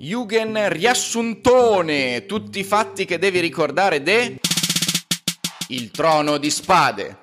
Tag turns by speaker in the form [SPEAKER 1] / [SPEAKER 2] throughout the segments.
[SPEAKER 1] Jugend riassuntone, tutti i fatti che devi ricordare Il Trono di Spade.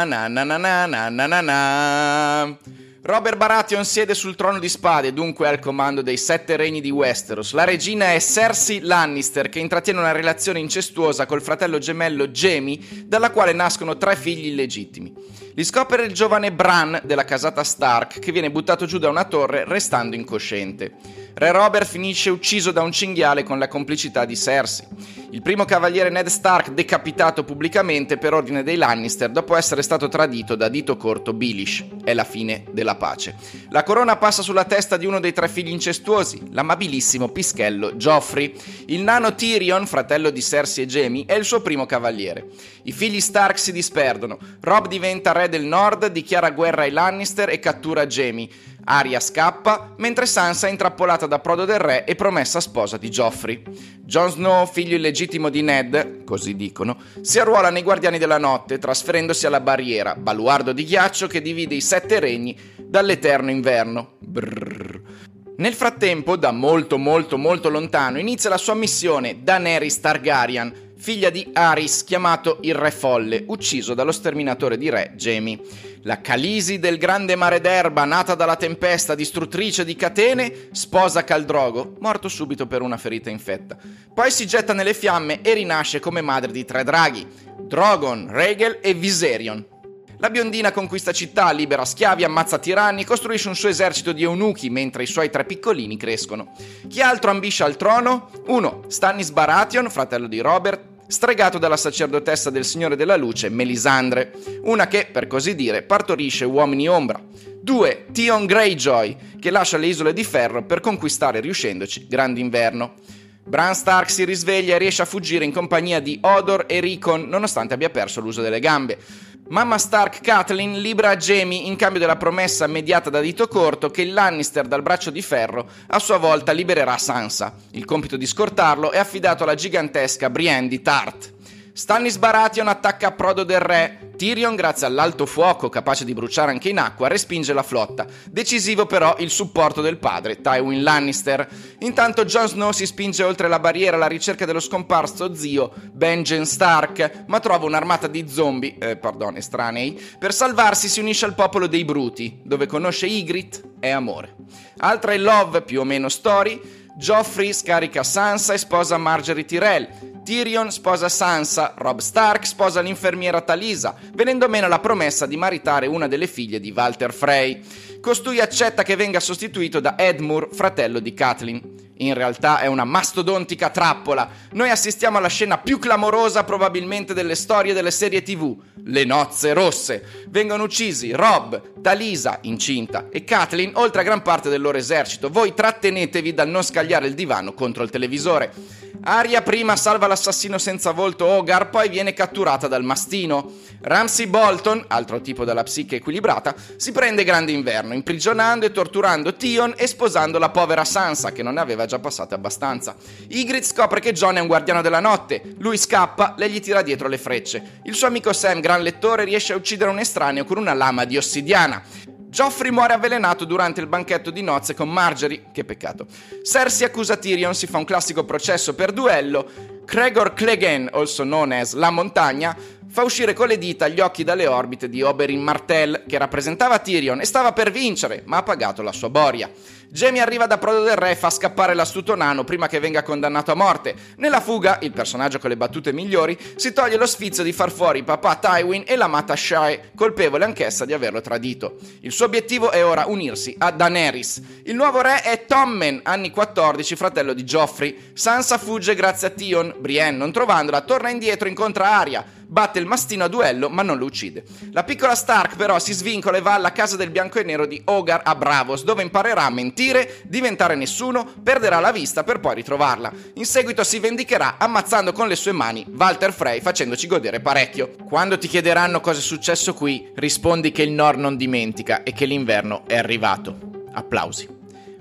[SPEAKER 1] Ta-na-na-na-na-na-na-na. Robert Baratheon siede sul trono di spade, dunque al comando dei 7 regni di Westeros. La regina è Cersei Lannister, che intrattiene una relazione incestuosa col fratello gemello Jaime, dalla quale nascono 3 figli illegittimi. Li scopre il giovane Bran della casata Stark, che viene buttato giù da una torre restando incosciente. Re Robert finisce ucciso da un cinghiale con la complicità di Cersei. Il primo cavaliere Ned Stark decapitato pubblicamente per ordine dei Lannister dopo essere stato tradito da dito corto Baelish. È la fine della pace. La corona passa sulla testa di uno dei 3 figli incestuosi, l'amabilissimo pischello Joffrey. Il nano Tyrion, fratello di Cersei e Jaime, è il suo primo cavaliere. I figli Stark si disperdono. Robb diventa re del Nord, dichiara guerra ai Lannister e cattura Jaime. Arya scappa, mentre Sansa è intrappolata da Prodo del Re e promessa sposa di Joffrey. Jon Snow, figlio illegittimo di Ned, così dicono, si arruola nei Guardiani della Notte, trasferendosi alla Barriera, baluardo di ghiaccio che divide i 7 regni dall'eterno inverno. Brrr. Nel frattempo, da molto lontano, inizia la sua missione Daenerys Targaryen, figlia di Aerys, chiamato il Re Folle, ucciso dallo sterminatore di re Jaime. La Khaleesi del grande mare d'erba, nata dalla tempesta, distruttrice di catene, sposa Khal Drogo, morto subito per una ferita infetta. Poi si getta nelle fiamme e rinasce come madre di 3 draghi, Drogon, Rhaegal e Viserion. La biondina conquista città, libera schiavi, ammazza tiranni, costruisce un suo esercito di eunuchi mentre i suoi 3 piccolini crescono. Chi altro ambisce al trono? 1. Stannis Baratheon, fratello di Robert, stregato dalla sacerdotessa del Signore della Luce, Melisandre, una che, per così dire, partorisce uomini ombra. 2. Theon Greyjoy, che lascia le Isole di Ferro per conquistare, riuscendoci, Grande Inverno. Bran Stark si risveglia e riesce a fuggire in compagnia di Hodor e Rickon, nonostante abbia perso l'uso delle gambe. Mamma Stark Catelyn libera Jaime in cambio della promessa mediata da dito corto che il Lannister dal braccio di ferro a sua volta libererà Sansa. Il compito di scortarlo è affidato alla gigantesca Brienne di Tarth. Stannis Baratheon attacca Prodo del Re. Tyrion, grazie all'alto fuoco capace di bruciare anche in acqua, respinge la flotta. Decisivo però il supporto del padre, Tywin Lannister. Intanto Jon Snow si spinge oltre la barriera alla ricerca dello scomparso zio Benjen Stark, ma trova un'armata di zombie, estranei. Per salvarsi si unisce al popolo dei Bruti, dove conosce Ygritte e Amore. Altra è Love, più o meno story. Joffrey scarica Sansa e sposa Margaery Tyrell. Tyrion sposa Sansa, Robb Stark sposa l'infermiera Talisa, venendo meno la promessa di maritare una delle figlie di Walder Frey. Costui accetta che venga sostituito da Edmure, fratello di Catelyn. In realtà è una mastodontica trappola. Noi assistiamo alla scena più clamorosa probabilmente delle storie delle serie TV. Le nozze rosse. Vengono uccisi Robb, Talisa, incinta, e Catelyn, oltre a gran parte del loro esercito. Voi trattenetevi dal non scagliare il divano contro il televisore. Arya prima salva l'assassino senza volto Hogar, poi viene catturata dal mastino. Ramsay Bolton, altro tipo dalla psiche equilibrata, si prende Grande Inverno, imprigionando e torturando Theon e sposando la povera Sansa, che non ne aveva già passate abbastanza. Ygritte scopre che Jon è un guardiano della notte. Lui scappa, lei gli tira dietro le frecce. Il suo amico Sam, gran lettore, riesce a uccidere un estraneo con una lama di ossidiana. Joffrey muore avvelenato durante il banchetto di nozze con Margaery, che peccato. Cersei accusa Tyrion, si fa un classico processo per duello. Gregor Clegane, also known as La Montagna, fa uscire con le dita gli occhi dalle orbite di Oberyn Martell, che rappresentava Tyrion e stava per vincere, ma ha pagato la sua boria. Jaime arriva da Prodo del Re e fa scappare l'astuto nano prima che venga condannato a morte. Nella fuga, il personaggio con le battute migliori si toglie lo sfizio di far fuori papà Tywin e l'amata Shae, colpevole anch'essa di averlo tradito. Il suo obiettivo è ora unirsi a Daenerys. Il nuovo re è Tommen, anni 14, fratello di Joffrey. Sansa fugge grazie a Theon. Brienne, non trovandola, torna indietro e incontra Arya. Batte il mastino a duello, ma non lo uccide. La piccola Stark però si svincola e va alla casa del bianco e nero di Hogar a Braavos, dove imparerà a mentire, diventare nessuno, perderà la vista per poi ritrovarla. In seguito si vendicherà ammazzando con le sue mani Walder Frey, facendoci godere parecchio. Quando ti chiederanno cosa è successo qui, rispondi che il Nord non dimentica e che l'inverno è arrivato. Applausi.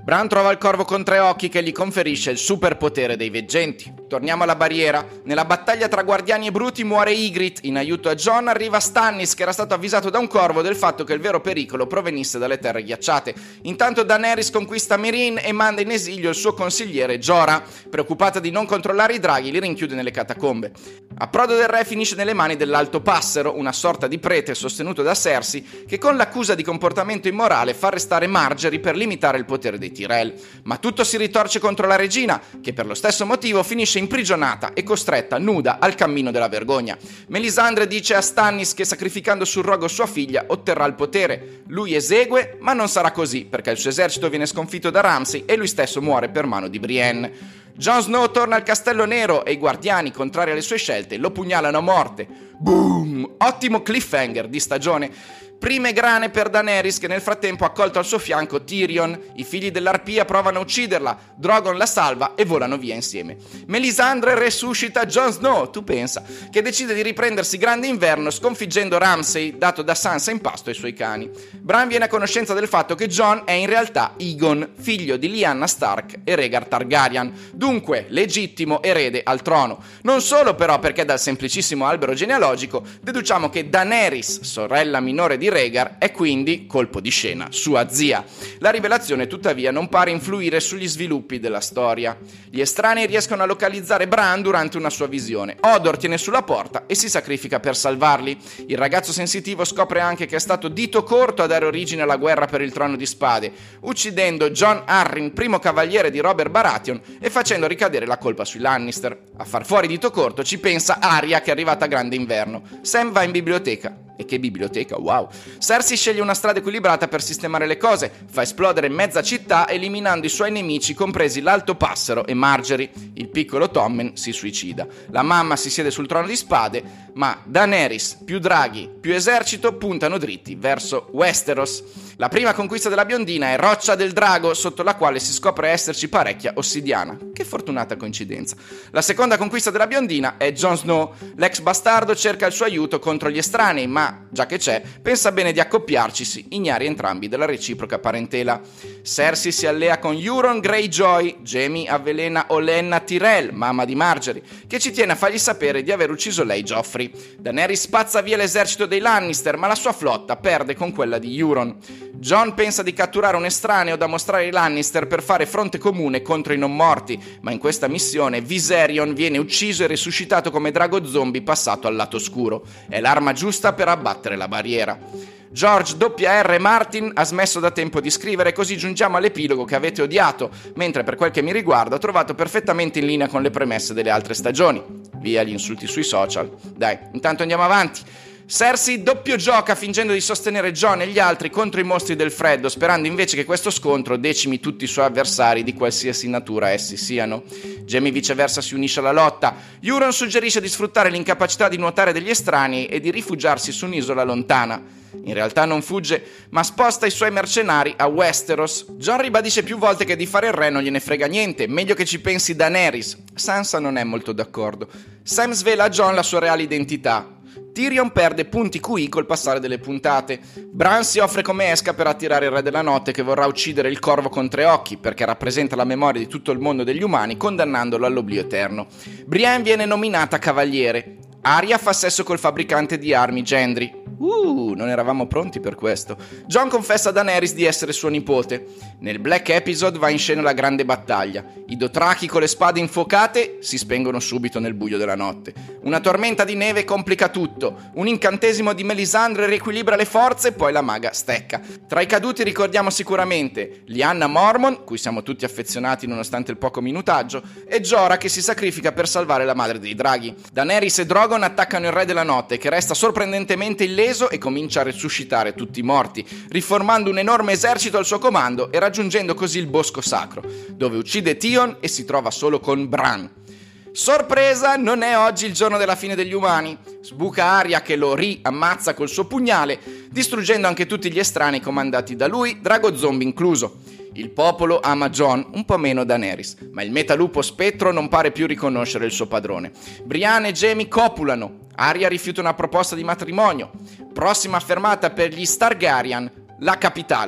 [SPEAKER 1] Bran trova il corvo con 3 occhi che gli conferisce il superpotere dei veggenti. Torniamo alla barriera. Nella battaglia tra guardiani e bruti muore Ygritte. In aiuto a Jon arriva Stannis, che era stato avvisato da un corvo del fatto che il vero pericolo provenisse dalle terre ghiacciate. Intanto Daenerys conquista Meereen e manda in esilio il suo consigliere Jorah. Preoccupata di non controllare i draghi, li rinchiude nelle catacombe. Approdo del re finisce nelle mani dell'Alto Passero, una sorta di prete sostenuto da Cersei, che con l'accusa di comportamento immorale fa arrestare Margaery per limitare il potere dei Tyrell. Ma tutto si ritorce contro la regina, che per lo stesso motivo finisce imprigionata e costretta nuda al cammino della vergogna. Melisandre dice a Stannis che sacrificando sul rogo sua figlia otterrà il potere. Lui esegue, ma non sarà così, perché il suo esercito viene sconfitto da Ramsay e lui stesso muore per mano di Brienne. Jon Snow torna al Castello Nero e i guardiani, contrari alle sue scelte, lo pugnalano a morte. Boom! Ottimo cliffhanger di stagione. Prime grane per Daenerys, che nel frattempo ha accolto al suo fianco Tyrion. I figli dell'arpia provano a ucciderla, Drogon la salva e volano via insieme. Melisandre resuscita Jon Snow, tu pensa, che decide di riprendersi grande inverno sconfiggendo Ramsay, dato da Sansa in pasto ai suoi cani. Bran viene a conoscenza del fatto che Jon è in realtà Aegon, figlio di Lyanna Stark e Rhaegar Targaryen, dunque legittimo erede al trono. Non solo però, perché dal semplicissimo albero genealogico deduciamo che Daenerys, sorella minore di Rhaegar, è quindi, colpo di scena, sua zia. La rivelazione tuttavia non pare influire sugli sviluppi della storia. Gli estranei riescono a localizzare Bran durante una sua visione. Hodor tiene sulla porta e si sacrifica per salvarli. Il ragazzo sensitivo scopre anche che è stato dito corto a dare origine alla guerra per il trono di spade, uccidendo Jon Arryn, primo cavaliere di Robert Baratheon, e facendo ricadere la colpa sui Lannister. A far fuori dito corto ci pensa Arya, che è arrivata a grande inverno. Sam va in biblioteca. E che biblioteca, wow! Cersei sceglie una strada equilibrata per sistemare le cose, fa esplodere mezza città eliminando i suoi nemici, compresi l'Alto Passero e Margaery. Il piccolo Tommen si suicida. La mamma si siede sul trono di spade, ma Daenerys, più draghi, più esercito puntano dritti verso Westeros. La prima conquista della biondina è Roccia del Drago, sotto la quale si scopre esserci parecchia ossidiana. Che fortunata coincidenza. La seconda conquista della biondina è Jon Snow. L'ex bastardo cerca il suo aiuto contro gli estranei, ma, già che c'è, pensa bene di accoppiarcisi, ignari entrambi della reciproca parentela. Cersei si allea con Euron Greyjoy, Jaime avvelena Olenna Tyrell, mamma di Margaery, che ci tiene a fargli sapere di aver ucciso lei Joffrey. Daenerys spazza via l'esercito dei Lannister, ma la sua flotta perde con quella di Euron. Jon pensa di catturare un estraneo da mostrare ai Lannister per fare fronte comune contro i non morti, ma in questa missione Viserion viene ucciso e resuscitato come drago zombie passato al lato oscuro. È l'arma giusta per abbattere la barriera. George W.R. Martin ha smesso da tempo di scrivere, così giungiamo all'epilogo che avete odiato, mentre per quel che mi riguarda ho trovato perfettamente in linea con le premesse delle altre stagioni. Via gli insulti sui social. Dai, intanto andiamo avanti. Cersei doppio gioca fingendo di sostenere Jon e gli altri contro i mostri del freddo, sperando invece che questo scontro decimi tutti i suoi avversari di qualsiasi natura essi siano. Jaime viceversa si unisce alla lotta. Euron suggerisce di sfruttare l'incapacità di nuotare degli estranei e di rifugiarsi su un'isola lontana. In realtà non fugge, ma sposta i suoi mercenari a Westeros. Jon ribadisce più volte che di fare il re non gliene frega niente, meglio che ci pensi Daenerys. Sansa non è molto d'accordo. Sam svela a Jon la sua reale identità. Tyrion perde punti QI col passare delle puntate. Bran si offre come esca per attirare il re della notte, che vorrà uccidere il corvo con 3 occhi, perché rappresenta la memoria di tutto il mondo degli umani, condannandolo all'oblio eterno. Brienne viene nominata cavaliere. Arya fa sesso col fabbricante di armi Gendry. Non eravamo pronti per questo. Jon confessa a Daenerys di essere suo nipote. Nel Black Episode va in scena la grande battaglia. I Dothraki con le spade infuocate si spengono subito nel buio della notte. Una tormenta di neve complica tutto. Un incantesimo di Melisandre riequilibra le forze, poi la maga stecca. Tra i caduti ricordiamo sicuramente Lyanna Mormont, cui siamo tutti affezionati nonostante il poco minutaggio, e Jorah, che si sacrifica per salvare la madre dei draghi. Daenerys e Drogon attaccano il re della notte, che resta sorprendentemente illeso e comincia a resuscitare tutti i morti, riformando un enorme esercito al suo comando e raggiungendo così il Bosco Sacro, dove uccide Theon e si trova solo con Bran. Sorpresa, non è oggi il giorno della fine degli umani. Sbuca Arya, che lo riammazza col suo pugnale, distruggendo anche tutti gli estranei comandati da lui, drago zombie incluso. Il popolo ama Jon, un po' meno Daenerys, ma il metalupo spettro non pare più riconoscere il suo padrone. Brienne e Jaime copulano. Arya rifiuta una proposta di matrimonio. Prossima fermata per gli Targaryen, la capitale.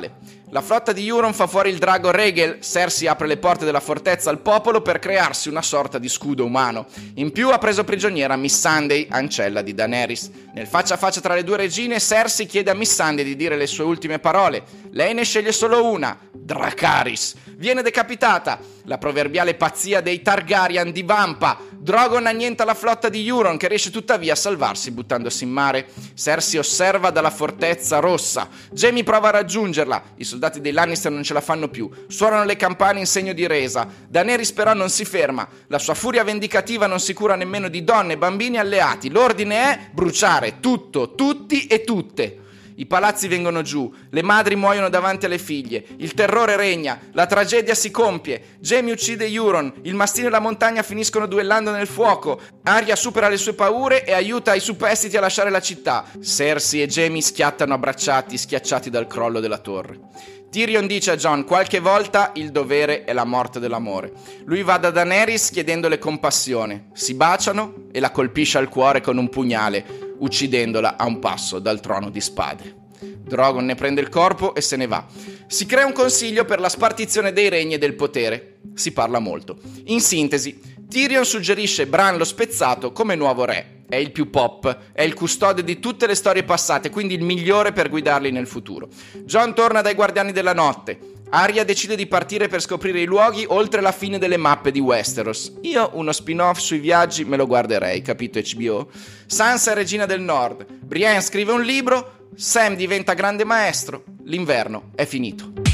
[SPEAKER 1] La flotta di Euron fa fuori il drago Rhaegal, Cersei apre le porte della fortezza al popolo per crearsi una sorta di scudo umano. In più ha preso prigioniera Missandei, ancella di Daenerys. Nel faccia a faccia tra le due regine, Cersei chiede a Missandei di dire le sue ultime parole. Lei ne sceglie solo una, Dracarys. Viene decapitata. La proverbiale pazzia dei Targaryen divampa. Drogon annienta la flotta di Euron, che riesce tuttavia a salvarsi buttandosi in mare. Cersei osserva dalla fortezza rossa. Jaime prova a raggiungerla. I soldati dei Lannister non ce la fanno più. Suonano le campane in segno di resa. Daenerys però non si ferma. La sua furia vendicativa non si cura nemmeno di donne, bambini e alleati. L'ordine è bruciare tutto, tutti e tutte. I palazzi vengono giù, le madri muoiono davanti alle figlie, il terrore regna, la tragedia si compie, Jaime uccide Euron, il mastino e la montagna finiscono duellando nel fuoco, Arya supera le sue paure e aiuta i superstiti a lasciare la città, Cersei e Jaime schiattano abbracciati, schiacciati dal crollo della torre. Tyrion dice a Jon: qualche volta il dovere è la morte dell'amore. Lui va da Daenerys chiedendole compassione, si baciano e la colpisce al cuore con un pugnale, uccidendola a un passo dal trono di spade. Drogon ne prende il corpo e se ne va. Si crea un consiglio per la spartizione dei regni e del potere. Si parla molto. In sintesi, Tyrion suggerisce Bran lo Spezzato come nuovo re. È il più pop, è il custode di tutte le storie passate, quindi il migliore per guidarli nel futuro. Jon torna dai Guardiani della Notte. Arya decide di partire per scoprire i luoghi oltre la fine delle mappe di Westeros. Io uno spin-off sui viaggi me lo guarderei, capito HBO? Sansa è regina del Nord. Brienne scrive un libro. Sam diventa grande maestro. L'inverno è finito.